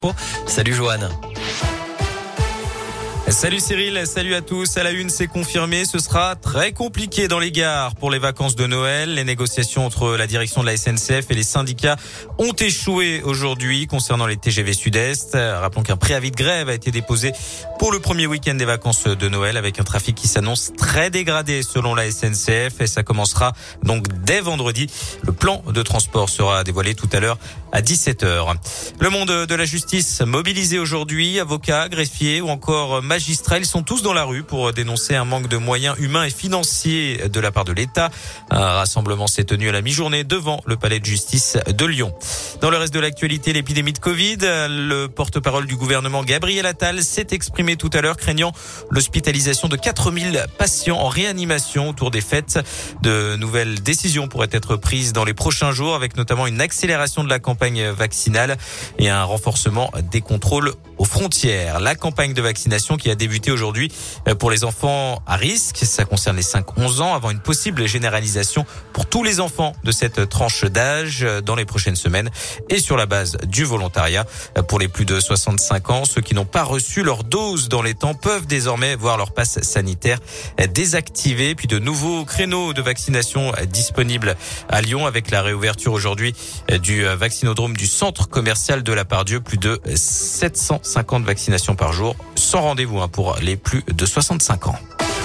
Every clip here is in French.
Salut Joanne. Salut Cyril, salut à tous. À la une, c'est confirmé, ce sera très compliqué dans les gares pour les vacances de Noël. Les négociations entre la direction de la SNCF et les syndicats ont échoué aujourd'hui concernant les TGV Sud-Est. Rappelons qu'un préavis de grève a été déposé pour le premier week-end des vacances de Noël avec un trafic qui s'annonce très dégradé selon la SNCF et ça commencera donc dès vendredi. Le plan de transport sera dévoilé tout à l'heure à 17h. Le monde de la justice mobilisé aujourd'hui, avocats, greffiers ou encore magistrats, ils sont tous dans la rue pour dénoncer un manque de moyens humains et financiers de la part de l'État. Un rassemblement s'est tenu à la mi-journée devant le palais de justice de Lyon. Dans le reste de l'actualité, l'épidémie de Covid, le porte-parole du gouvernement Gabriel Attal s'est exprimé tout à l'heure craignant l'hospitalisation de 4000 patients en réanimation autour des fêtes. De nouvelles décisions pourraient être prises dans les prochains jours avec notamment une accélération de la campagne vaccinale et un renforcement des contrôles aux frontières. La campagne de vaccination qui a débuté aujourd'hui pour les enfants à risque. Ça concerne les 5-11 ans avant une possible généralisation pour tous les enfants de cette tranche d'âge dans les prochaines semaines et sur la base du volontariat. Pour les plus de 65 ans, ceux qui n'ont pas reçu leur dose dans les temps peuvent désormais voir leur passe sanitaire désactivé. Puis de nouveaux créneaux de vaccination disponibles à Lyon avec la réouverture aujourd'hui du vaccinodrome du centre commercial de la Pardieu. Plus de 750 vaccinations par jour sans rendez-vous pour les plus de 65 ans.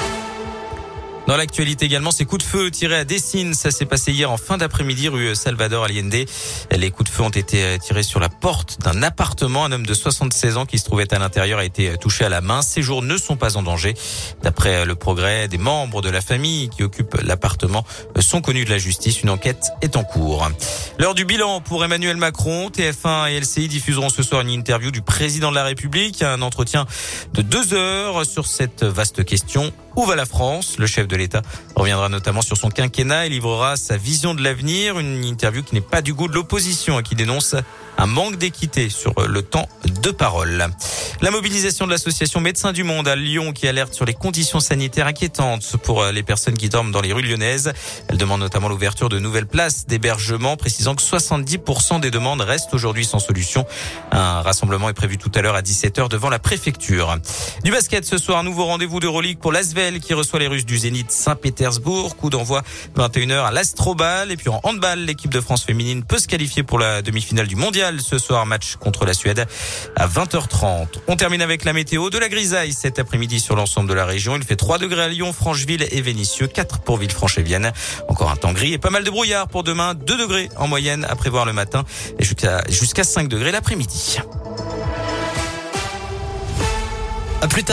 Dans l'actualité également, ces coups de feu tirés à Dessines. Ça s'est passé hier en fin d'après-midi rue Salvador Allende. Les coups de feu ont été tirés sur la porte d'un appartement. Un homme de 76 ans qui se trouvait à l'intérieur a été touché à la main. Ses jours ne sont pas en danger. D'après Le Progrès, des membres de la famille qui occupent l'appartement sont connus de la justice. Une enquête est en cours. L'heure du bilan pour Emmanuel Macron. TF1 et LCI diffuseront ce soir une interview du président de la République. Un entretien de 2 heures sur cette vaste question. Où va la France? Le chef de l'État reviendra notamment sur son quinquennat et livrera sa vision de l'avenir. Une interview qui n'est pas du goût de l'opposition et qui dénonce un manque d'équité sur le temps de parole. La mobilisation de l'association Médecins du Monde à Lyon qui alerte sur les conditions sanitaires inquiétantes pour les personnes qui dorment dans les rues lyonnaises. Elle demande notamment l'ouverture de nouvelles places d'hébergement, précisant que 70% des demandes restent aujourd'hui sans solution. Un rassemblement est prévu tout à l'heure à 17h devant la préfecture. Du basket ce soir, un nouveau rendez-vous d'Euroleague pour l'Asvel qui reçoit les Russes du Zénith Saint-Pétersbourg. Coup d'envoi 21h à l'Astrobal. Et puis en handball, l'équipe de France féminine peut se qualifier pour la demi-finale du mondial. Ce soir, match contre la Suède à 20h30. On termine avec la météo, de la grisaille cet après-midi sur l'ensemble de la région. Il fait 3 degrés à Lyon, Francheville et Vénissieux, 4 pour Villefranche-et-Vienne. Encore un temps gris et pas mal de brouillard pour demain, 2 degrés en moyenne à prévoir le matin et jusqu'à 5 degrés l'après-midi. À plus tard.